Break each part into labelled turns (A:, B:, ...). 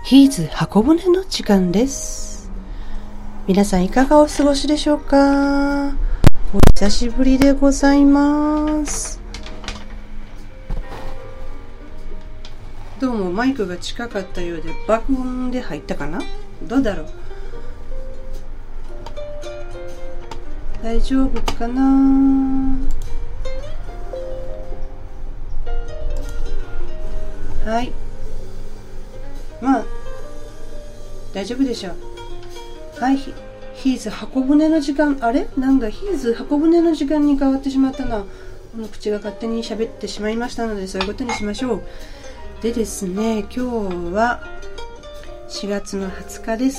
A: ヒーズ箱舟の時間です。皆さんいかがお過ごしでしょうか。お久しぶりでございます。どうもマイクが近かったようで爆音で入ったかな。どうだろう。大丈夫かな。はい、まあ大丈夫でしょう。はい、ヒーズ箱舟の時間。あれ、なんだ、ヒーズ箱舟の時間に変わってしまったな。この口が勝手に喋ってしまいましたので、そういうことにしましょう。でですね、今日は4月の20日です。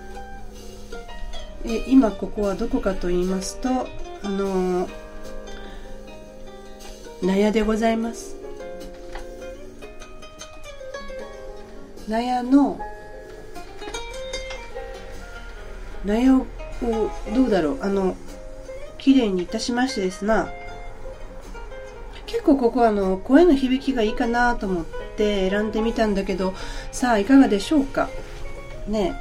A: 今ここはどこかと言いますと、納屋でございます。納屋をどうだろう、綺麗にいたしましてですな。結構ここは声の響きがいいかなと思って選んでみたんだけど、さあいかがでしょうかね。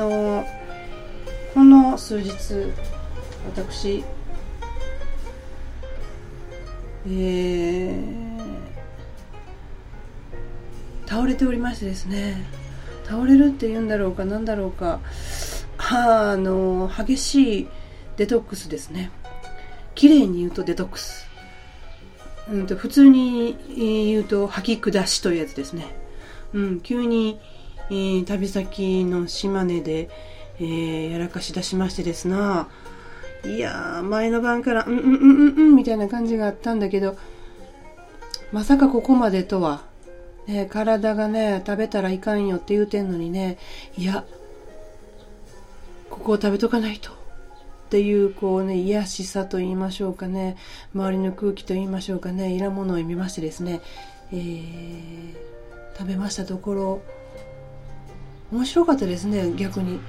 A: この数日私倒れておりましてですね。倒れるって言うんだろうかなんだろうか、激しいデトックスですね。綺麗に言うとデトックス、普通に言うと吐き下しというやつですね。急に、旅先の島根で、やらかし出しましてですな。いやー、前の晩からみたいな感じがあったんだけど、まさかここまでとは、体がね、食べたらいかんよって言うてんのにね、いやここを食べとかないとっていう癒しさと言いましょうかね、周りの空気と言いましょうかね、いらんものを見ましてですね、食べましたところ面白かったですね。逆に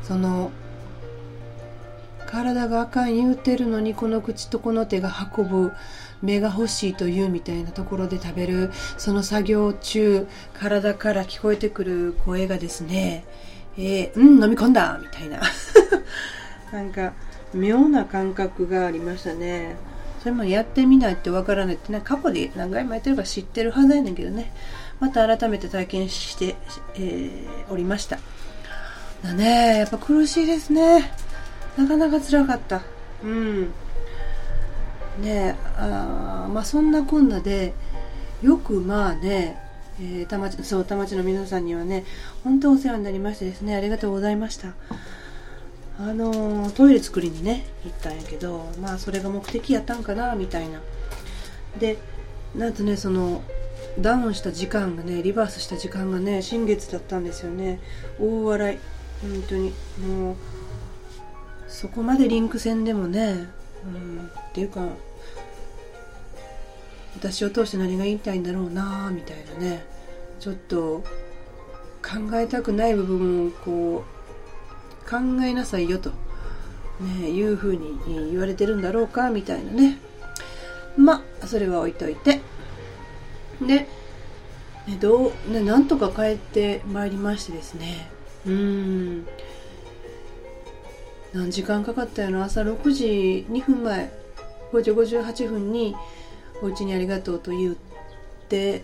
A: 体があかん言うてるのに、この口とこの手が運ぶ、目が欲しいというみたいなところで食べる、その作業中体から聞こえてくる声がですね、飲み込んだみたいななんか妙な感覚がありましたね。それもやってみないとわからないってね、過去で何回もやってるから知ってるはずやねんけどね、また改めて体験して、おりました。だね、やっぱ苦しいですね。なかなか辛かった。そんなこんなでよく田町の皆さんにはね、本当お世話になりましてですね、ありがとうございました。トイレ作りにね行ったんやけど、それが目的やったんかなみたいな。で、なんとね、そのダウンした時間がね、リバースした時間がね、新月だったんですよね。大笑い、本当にもうそこまでリンク線でもね、っていうか私を通して何が言いたいんだろうなみたいなね、ちょっと考えたくない部分を考えなさいよと、いう風に言われてるんだろうかみたいなね。それは置いといて、で、なんとか帰ってまいりましてですね。何時間かかったやろ。朝6時2分前、5時58分にお家にありがとうと言って、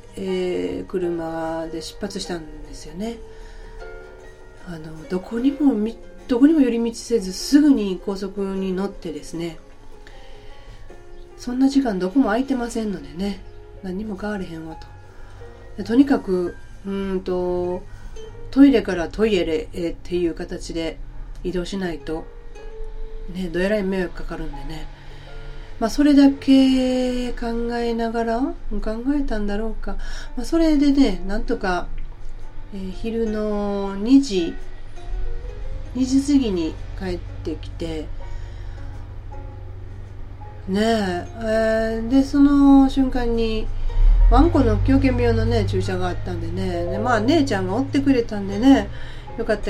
A: 車で出発したんですよね。どこにも寄り道せず、すぐに高速に乗ってですね、そんな時間どこも空いてませんのでね、何にも変われへんわと。とにかくトイレからトイレへっていう形で移動しないとね、どえらい迷惑かかるんでね。それだけ考えながら考えたんだろうか。それでね、なんとか、昼の2時過ぎに帰ってきてで、その瞬間にワンコの狂犬病のね注射があったんでね、姉ちゃんが追ってくれたんでね、よかった。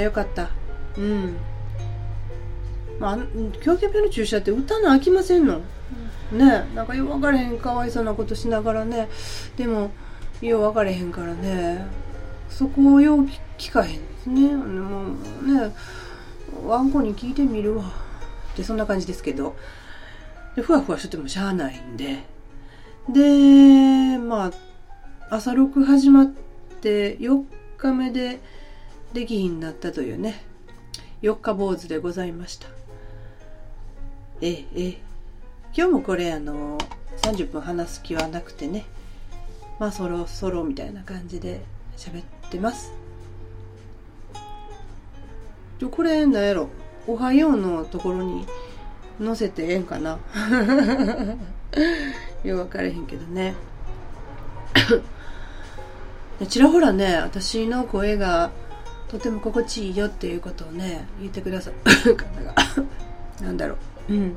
A: 狂犬病の注射って打たなあきませんのね。なんかよく分かれへんかわいそうなことしながらね、でもよう分かれへんからね、 そこをよう聞かへんですね。もうね、ワンコに聞いてみるわってそんな感じですけど、でふわふわしててもしゃあないんで、でまあ朝6始まって4日目でできひんなったというね、4日坊主でございました。今日もこれ30分話す気はなくてね、まあそろそろみたいな感じで喋ってます。これなんやろ、おはようのところに載せてええんかなよく分からへんけどねちらほらね、私の声がとても心地いいよっていうことをね言ってくださる方がなんだろう、で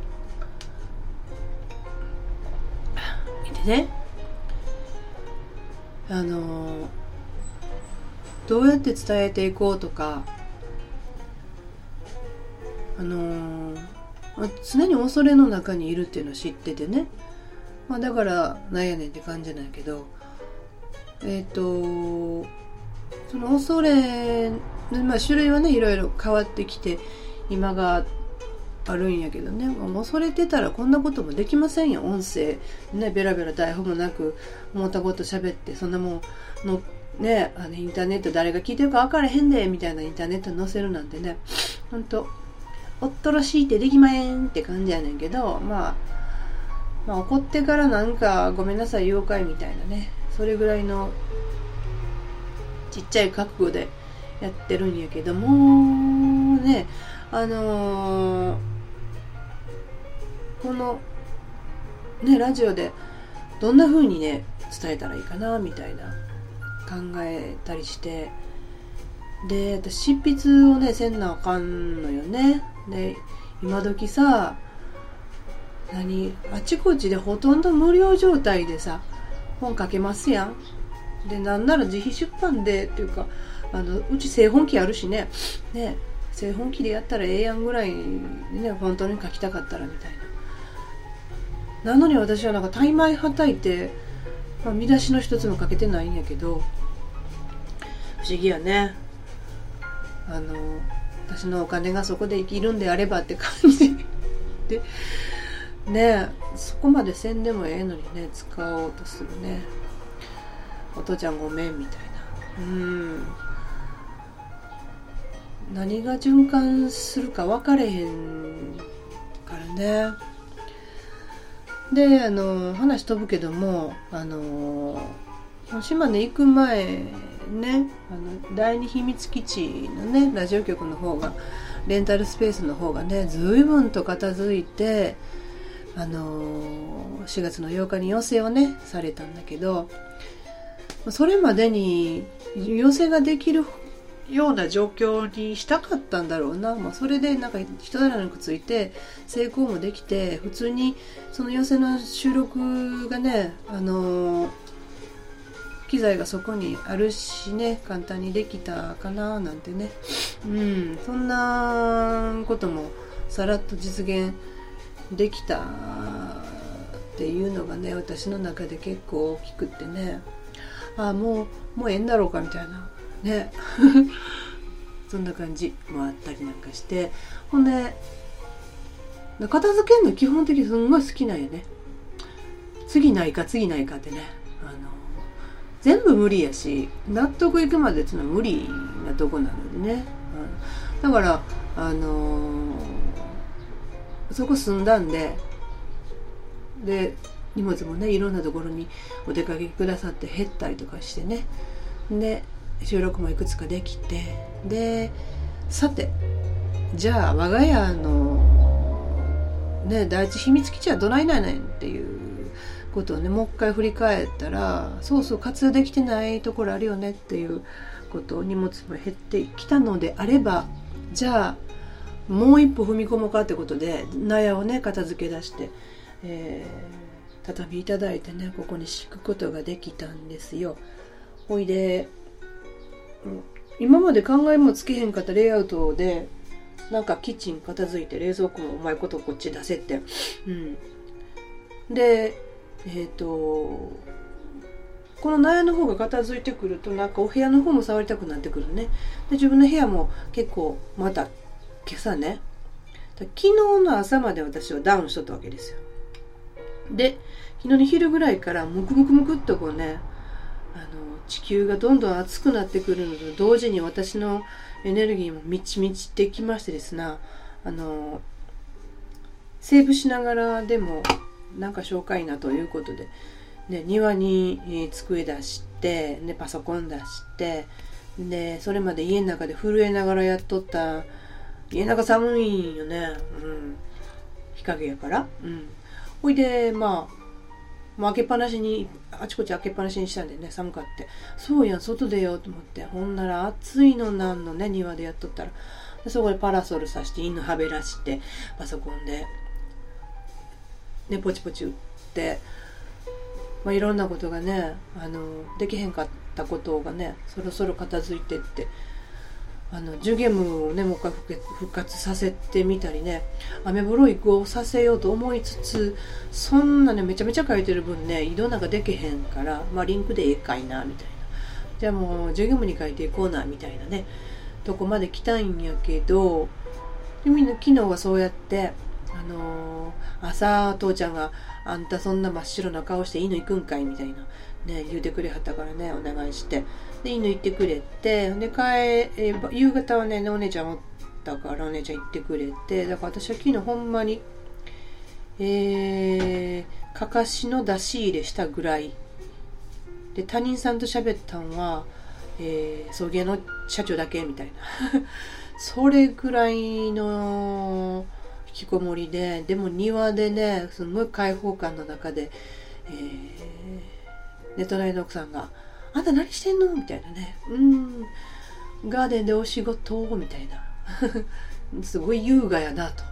A: ね、どうやって伝えていこうとか、常に恐れの中にいるっていうのを知っててね、だからなんやねんって感じなんやけど、その恐れ、種類はねいろいろ変わってきて今があるんやけどね、恐れてたらこんなこともできませんよ。音声ね、ベラベラ台本もなく思ったこと喋って、そんなもんのね、インターネット誰が聞いてるか分からへんでみたいなインターネットに載せるなんてね、ほんとおっとろしいってできまへんって感じやねんけど、まあ怒ってからなんかごめんなさい妖怪みたいなね、それぐらいのちっちゃい覚悟でやってるんやけどもね、このねラジオでどんな風にね伝えたらいいかなみたいな考えたりして、で私執筆をねせんなあかんのよね。で今時さ、あちこちでほとんど無料状態でさ本書けますやん。でなんなら自費出版でっていうか、うち製本機あるしね、製本機でやったらええやんぐらいね、本当に書きたかったらみたいな。なのに私はなんか大枚はたいて、見出しの一つも書けてないんやけど、不思議やね。私のお金がそこで生きるんであればって感じでね、そこまでせんでもええのにね使おうとするね。お父ちゃんごめんみたいな。何が循環するか分かれへんからね。で話飛ぶけども、島根行く前ね、第二秘密基地のねラジオ局の方が、レンタルスペースの方がね随分と片付いて、4月の8日に寄せをねされたんだけど、それまでに寄せができるような状況にしたかったんだろうな。それでなんか一段落ついて成功もできて、普通にその寄せの収録がね、機材がそこにあるしね、簡単にできたかななんてね、そんなこともさらっと実現できたっていうのがね、私の中で結構大きくってね、もうええんだろうかみたいなねそんな感じもあったりなんかして、ほんで片付けるの基本的にすんごい好きなんよね。次ないかってね、全部無理やし、納得いくまでっていうのは無理なとこなのでね、だからそこ住んだんで、荷物もねいろんなところにお出かけくださって減ったりとかしてね、で収録もいくつかできて、でさてじゃあ我が家のね第一秘密基地はどないなんねんっていうことをねもう一回振り返ったら、そう活用できてないところあるよねっていうことを、荷物も減ってきたのであれば、じゃあもう一歩踏み込もうかってことで納屋をね片付け出して、畳いただいてねここに敷くことができたんですよ。ほいで今まで考えもつけへんかったレイアウトで、なんかキッチン片付いて冷蔵庫もうまいことこっち出せって、 この納屋の方が片付いてくるとなんかお部屋の方も触りたくなってくるね。で自分の部屋も結構また今朝ね、昨日の朝まで私はダウンしとったわけですよ。で昨日の昼ぐらいからムクムクムクっとこうね、地球がどんどん熱くなってくるのと同時に私のエネルギーも満ち満ちてきましてですね、セーブしながらでもなんか紹介なということで、ね、庭に机出して、ね、パソコン出して、でそれまで家の中で震えながらやっとった、家の中寒いんよね、日陰やから、ほいでもう開けっぱなしに、あちこち開けっぱなしにしたんでね、寒かって、そうやん外出ようと思って、ほんなら暑いのなんのね、庭でやっとったら、でそこでパラソルさして犬はべらしてパソコンでねポチポチ打って、いろんなことがね、できへんかったことがねそろそろ片付いてって、ジュゲムをねもう一回復活させてみたりね、アメブロ移行させようと思いつつ、そんなねめちゃめちゃ書いてる分ね移動なんかできへんから、リンクでええかいなみたいな、じゃあもうジュゲムに書いていこうなみたいなねとこまで来たいんやけど、でみんな昨日はそうやって朝父ちゃんがあんたそんな真っ白な顔して犬行くんかいみたいなね言うてくれはったからね、お願いしてで犬行ってくれて、で夕方はねお姉ちゃんおったからお姉ちゃん行ってくれて、だから私は昨日ほんまにかかしの出し入れしたぐらいで、他人さんと喋ったんは、送迎の社長だけみたいなそれぐらいの引きこもりで、でも庭でねすごい開放感の中で、隣の奥さんがあんた何してんのみたいなね、ガーデンでお仕事みたいなすごい優雅やなと、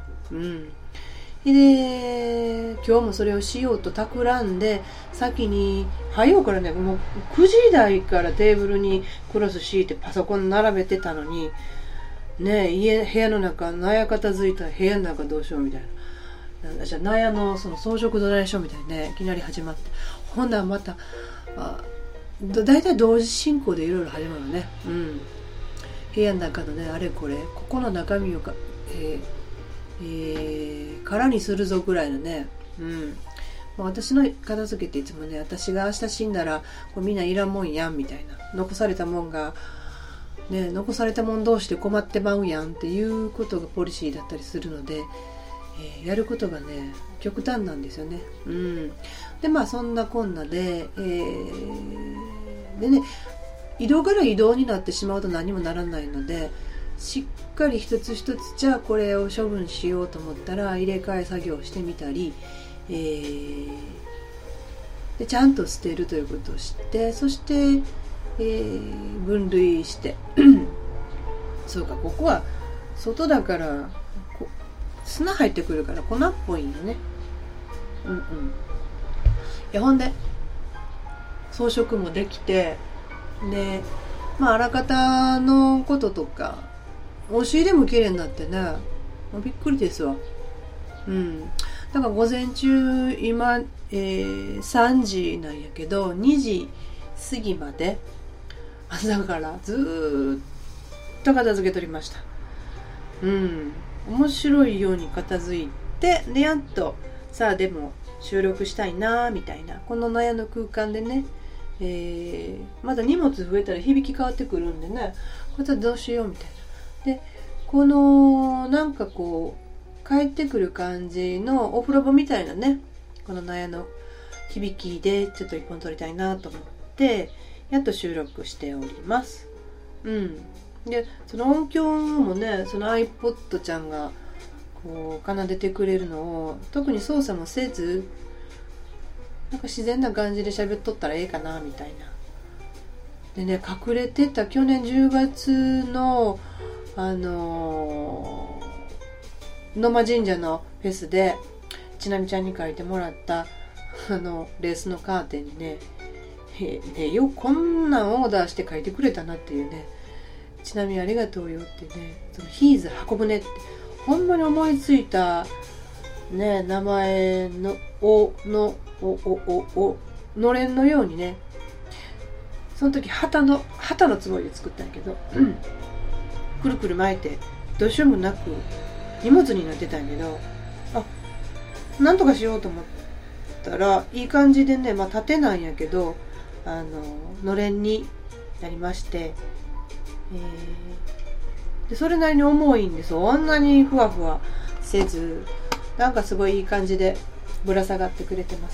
A: で今日もそれをしようと企んで、先に早うからねもう9時台からテーブルにクロス敷いてパソコン並べてたのにね、部屋の中納屋片付いたら部屋の中どうしようみたいな、じゃあ納屋のその装飾どないしようみたいなねいきなり始まって、ほんならまただいたい同時進行でいろいろ始まるね、部屋の中のねあれこれここの中身を空にするぞぐらいのね、私の片付けっていつもね、私が明日死んだらこれみんないらんもんやんみたいな、残されたもんがね、残されたもん同士で困ってまうやんっていうことがポリシーだったりするので、やることがね極端なんですよね。でそんなこんなで、でね移動から移動になってしまうと何もならないので、しっかり一つ一つじゃあこれを処分しようと思ったら入れ替え作業をしてみたり、でちゃんと捨てるということをして、そして分類してそうかここは外だから砂入ってくるから粉っぽいよね。いやほんで装飾もできて、であらかたのこととか押し入れも綺麗になってね、びっくりですわ。だから午前中今、3時なんやけど2時過ぎまで朝からずーっと片付けとりました。面白いように片付いて、でやっとさあでも収録したいなみたいな、この納屋の空間でね、まだ荷物増えたら響き変わってくるんでね、これどうしようみたいな。でこのなんかこう帰ってくる感じのお風呂場みたいなね、この納屋の響きでちょっと一本撮りたいなと思ってやっと収録しております。でその音響もね、その iPod ちゃんがこう奏でてくれるのを特に操作もせず、なんか自然な感じで喋っとったらええかなみたいな。でね、隠れてた去年10月の野間神社のフェスでちなみちゃんに書いてもらったレースのカーテンにね、よくこんなんオーダーして書いてくれたなっていうね、ちなみにありがとうよってね、そのヒーズ箱舟ってほんまに思いついたね名前ののれんのようにね、 その時旗のつもりで作ったんやけど、くるくる巻いてどうしようもなく荷物になってたんやけど、なんとかしようと思ったらいい感じでね、縦なんやけどのれんになりまして、でそれなりに重いんです。そんなにふわふわせず、なんかすごいいい感じでぶら下がってくれてます。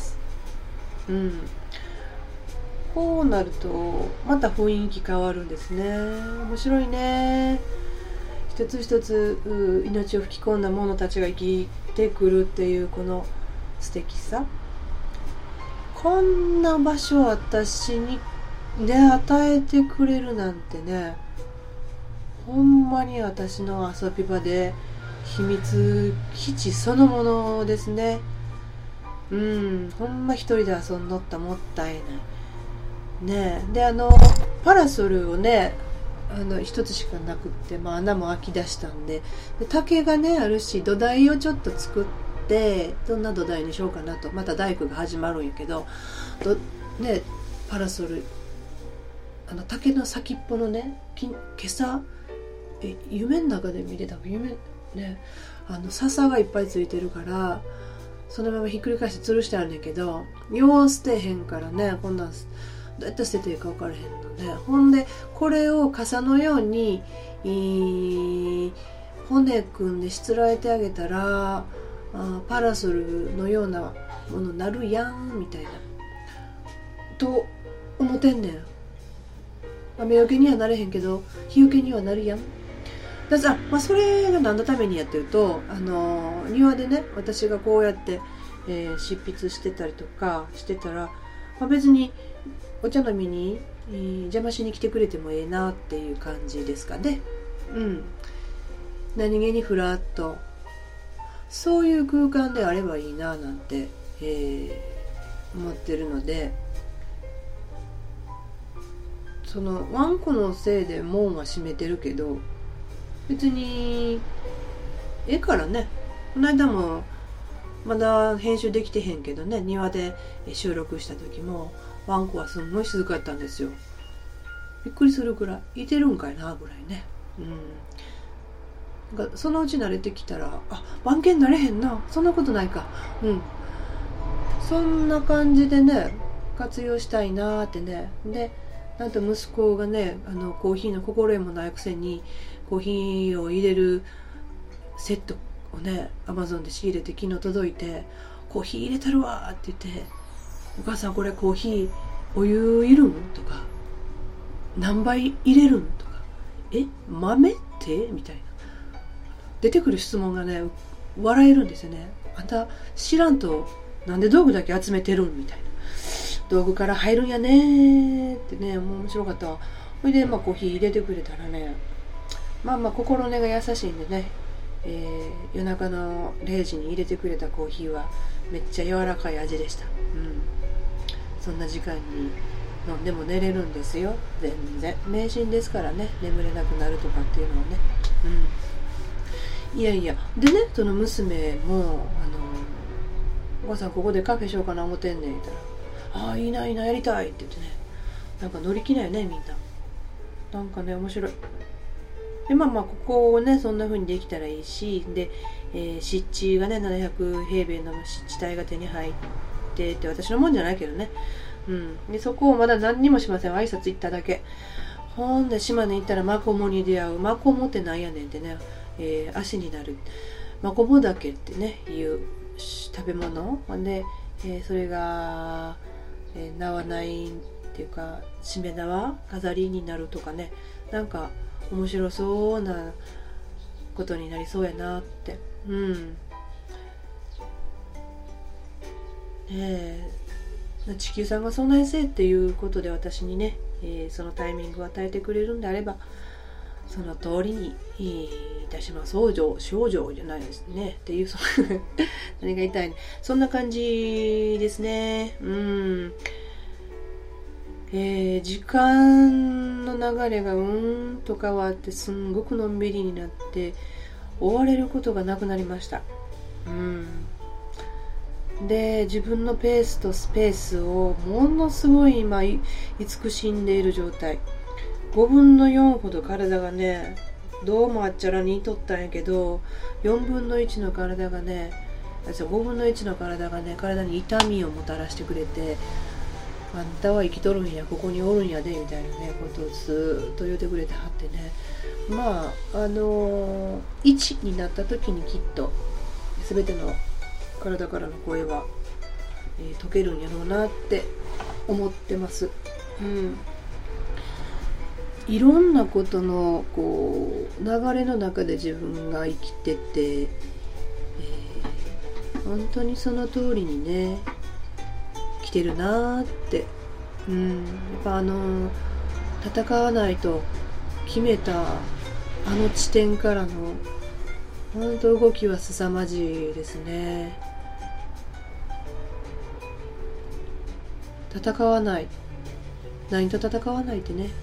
A: こうなるとまた雰囲気変わるんですね。面白いね。一つ一つ命を吹き込んだ者たちが生きてくるっていうこの素敵さ。こんな場所を私にね与えてくれるなんてね、ほんまに私の遊び場で秘密基地そのものですね。ほんま一人で遊んどったもったいないね。でパラソルをね一つしかなくって、穴も開き出したんで、竹がねあるし、土台をちょっと作って、どんな土台にしようかなと。また大工が始まるんやけどね、パラソル竹の先っぽのね今朝夢の中で見てた夢ね、笹がいっぱいついてるから、そのままひっくり返して吊るしてあるんやけど、よう捨てへんからね、こんなんどうやって捨てていいか分からへんのね。ほんでこれを傘のように骨組んでしつらえてあげたらパラソルのようなものになるやんみたいなと思ってんねん。雨よけにはなれへんけど日よけにはなるやん。だからそれが何のためにやってると、庭でね私がこうやって、執筆してたりとかしてたら、別にお茶飲みに、邪魔しに来てくれてもええなっていう感じですかね。何気にふらっとそういう空間であればいいななんて、思ってるので、そのワンコのせいで門は閉めてるけど、別にからね。この間もまだ編集できてへんけどね、庭で収録した時もワンコはすんごい静かやったんですよ。びっくりするくらいいてるんかいなぐらいね。そのうち慣れてきたら番犬なれへんな、そんなことないか。そんな感じでね活用したいなーってね。でなんと息子がねコーヒーの心得もないくせにコーヒーを入れるセットをね Amazon で仕入れて、昨日届いて、コーヒー入れたるわって言って、お母さんこれコーヒーお湯いるんとか、何杯入れるんとか、豆ってみたいな出てくる質問がね笑えるんですよね。あんた知らんとなんで道具だけ集めてるんみたいな。道具から入るんやねーってね、もう面白かったわ。それでコーヒー入れてくれたらね、心根が優しいんでね、夜中の0時に入れてくれたコーヒーはめっちゃ柔らかい味でした。そんな時間に飲んでも寝れるんですよ。全然迷信ですからね、眠れなくなるとかっていうのはね。いやいやでね、その娘もお母さんここでカフェしようかな思ってんねん言ったら、いいないいな、やりたいって言ってね、なんか乗り気ないよねみんな。なんかね面白い。でここをねそんな風にできたらいいし、で、湿地がね700平米の湿地帯が手に入ってって私のもんじゃないけどね。でそこをまだ何にもしません。挨拶行っただけ。ほんで島根行ったらマコモに出会う。マコモってなんやねんってね、足になるマコモダケってねいう食べ物で、それが、縄ないっていうかしめ縄飾りになるとかね、なんか面白そうなことになりそうやなって。地球さんが備えせっていうことで私にね、そのタイミングを与えてくれるんであればその通りにいたします。少女じゃないですねっていう何が言いたい、そんな感じですね。時間の流れがと変わってすんごくのんびりになって追われることがなくなりました。 で自分のペースとスペースをものすごい今慈しんでいる状態。5分の4ほど体がねどうもあっちゃらにとったんやけど、4分の1の体がね5分の1の体がね体に痛みをもたらしてくれて、あんたは生きとるんや、ここにおるんやでみたいなねことをずっと言うてくれてはってね、まあ1になった時にきっと全ての体からの声は、解けるんやろうなって思ってます。いろんなことのこう流れの中で自分が生きてて、本当にその通りにね来てるなーって、やっぱ戦わないと決めた地点からの本当動きは凄まじいですね。戦わない、何と戦わないってね、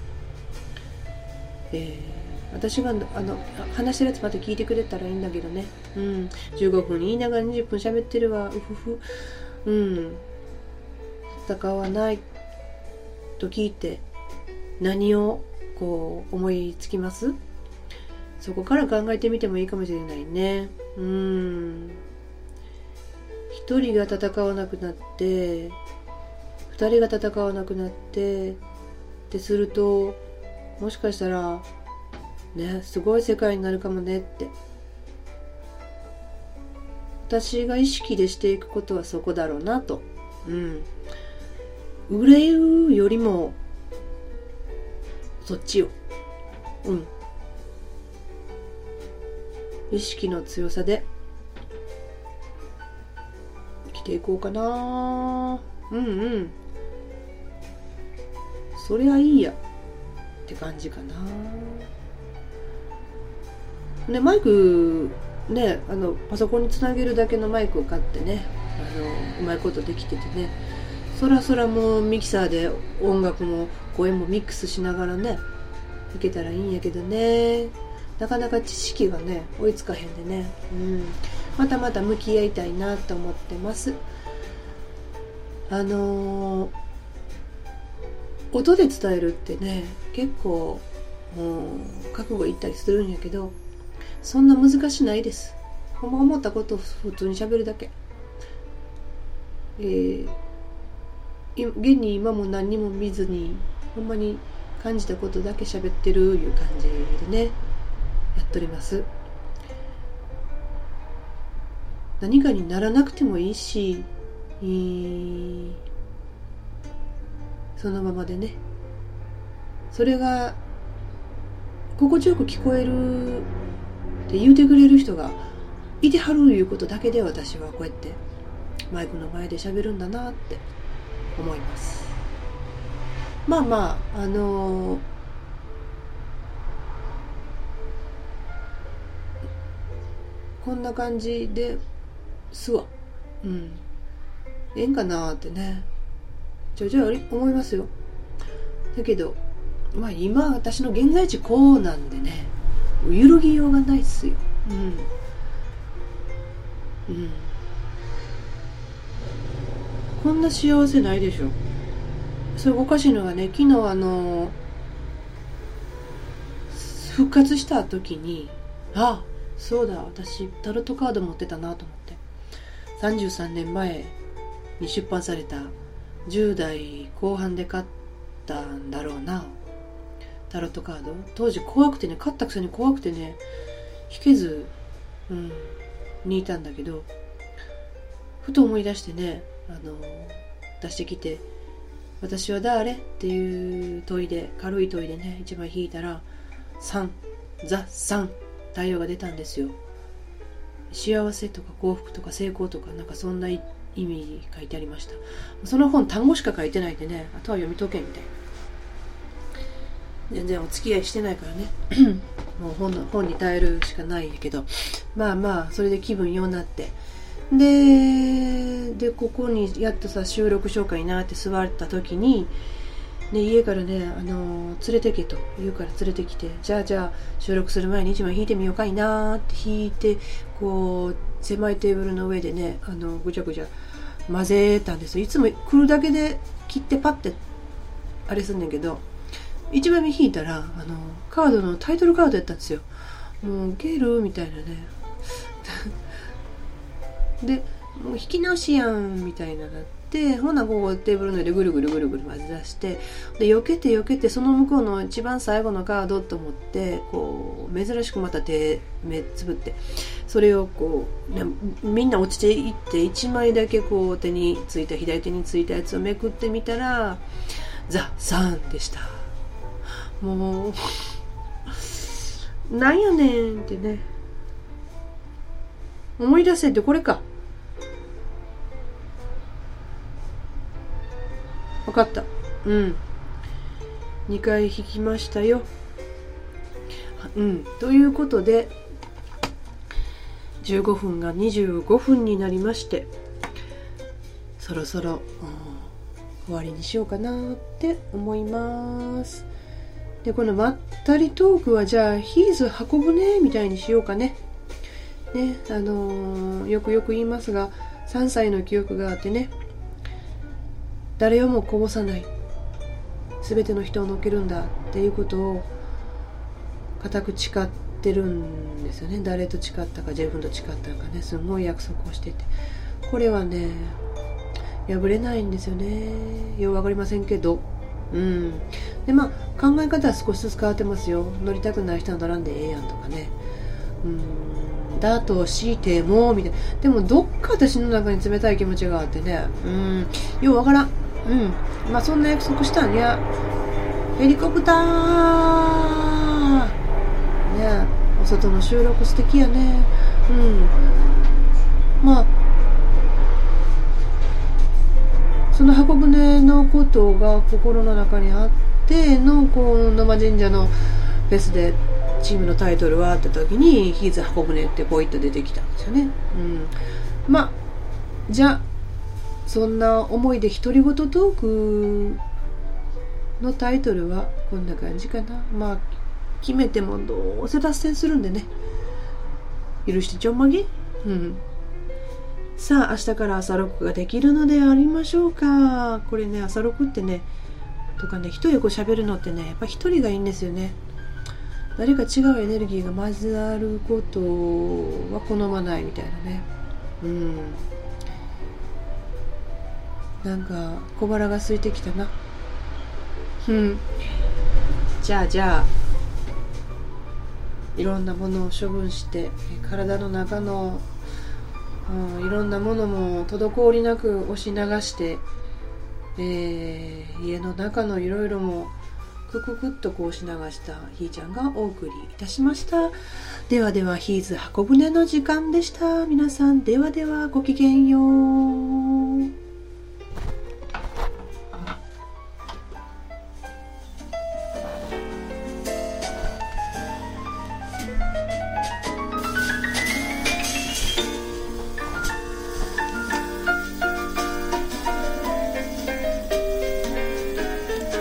A: 私が話してるやつまた聞いてくれたらいいんだけどね、15分言いながら20分喋ってるわ、戦わないと聞いて何をこう思いつきます？そこから考えてみてもいいかもしれないね。一人が戦わなくなって二人が戦わなくなってってすると、もしかしたらねすごい世界になるかもねって。私が意識でしていくことはそこだろうなと。憂うよりもそっちよ。意識の強さで生きていこうかな。そりゃいいやって感じかな。ね、マイクね、パソコンにつなげるだけのマイクを買ってね、うまいことできててね、そらもうミキサーで音楽も声もミックスしながらねいけたらいいんやけどね、なかなか知識がね追いつかへんでね、また向き合いたいなと思ってます。音で伝えるってね結構覚悟いったりするんやけど、そんな難しないです。思ったことを普通に喋るだけ。現に今も何にも見ずにほんまに感じたことだけ喋ってるいう感じでねやっております。何かにならなくてもいいし、そのままでね、それが心地よく聞こえるって言うてくれる人がいてはるいうことだけで、私はこうやってマイクの前で喋るんだなって思います。こんな感じですわ。ええんかなってねちょいちょい思いますよ。だけど今私の現在地こうなんでね揺るぎようがないっすよ。こんな幸せないでしょ。それおかしいのがね、昨日復活した時にそうだ、私タロットカード持ってたなと思って、33年前に出版された10代後半で買ったんだろうな、タロットカード。当時怖くてね、買ったくせに怖くてね引けずにいたんだけど、ふと思い出してね出してきて、私は誰っていう問いで、軽い問いでね一枚引いたら3太陽が出たんですよ。幸せとか幸福とか成功とかなんかそんな意味書いてありました。その本単語しか書いてないんでね、あとは読み解けみたいな。全然お付き合いしてないからねもう本に耐えるしかないんやけど、それで気分ようなって、でここにやっとさ収録しようかいなって座った時に、家からね連れてけと言うから連れてきて、じゃあ収録する前に1枚引いてみようかいなって引いて、こう狭いテーブルの上でねぐちゃぐちゃ混ぜたんですよ。いつも来るだけで切ってパッてあれすんねんけど、1枚目引いたらカードのタイトルカードやったんですよ。もうゲルみたいなねでもう引き直しやんみたいななって、ほなこうテーブルの上でぐるぐるぐるぐる混ぜ出して、で避けてその向こうの一番最後のカードと思ってこう珍しくまた目つぶってそれをこう、ね、みんな落ちていって1枚だけこう左手についたやつをめくってみたらザ・サンでした。もうなんやねんってね、思い出せってこれか。分かった。2回引きましたよ。ということで15分が25分になりまして、そろそろ終わりにしようかなって思います。でこのまったりトークはじゃあヒーズ運ぶねみたいにしようかね。よく言いますが3歳の記憶があってね、誰をもこぼさない、全ての人を乗っけるんだっていうことを固く誓ってるんですよね。誰と誓ったか、自分と誓ったかね、すごい約束をしてて、これはね破れないんですよね。ようわかりませんけど、で考え方は少しずつ変わってますよ。乗りたくない人は乗らんでええやんとかね、だとしてもみたいな。でもどっか私の中に冷たい気持ちがあってね、ようわからん。そんな約束したんや。ヘリコプターね、お外の収録素敵やね。その箱舟のことが心の中にあってのこう野間神社のフェスでチームのタイトルはって時にヒーズ箱舟ってポイッと出てきたんですよね。じゃあそんな思いで独り言トークのタイトルはこんな感じかな。決めてもどうせ脱線するんでね、許してちょんまげ。さあ明日から朝録ができるのでありましょうか。これね、朝録ってねとかね、一人でこう喋るのってね、やっぱ一人がいいんですよね。誰か違うエネルギーが混ざることは好まないみたいなね。なんか小腹が空いてきたな。じゃあいろんなものを処分して体の中の、いろんなものも滞りなく押し流して、家の中のいろいろもクっとこう押し流したひーちゃんがお送りいたしました。ではヒーズ箱舟の時間でした。皆さんではごきげんよう。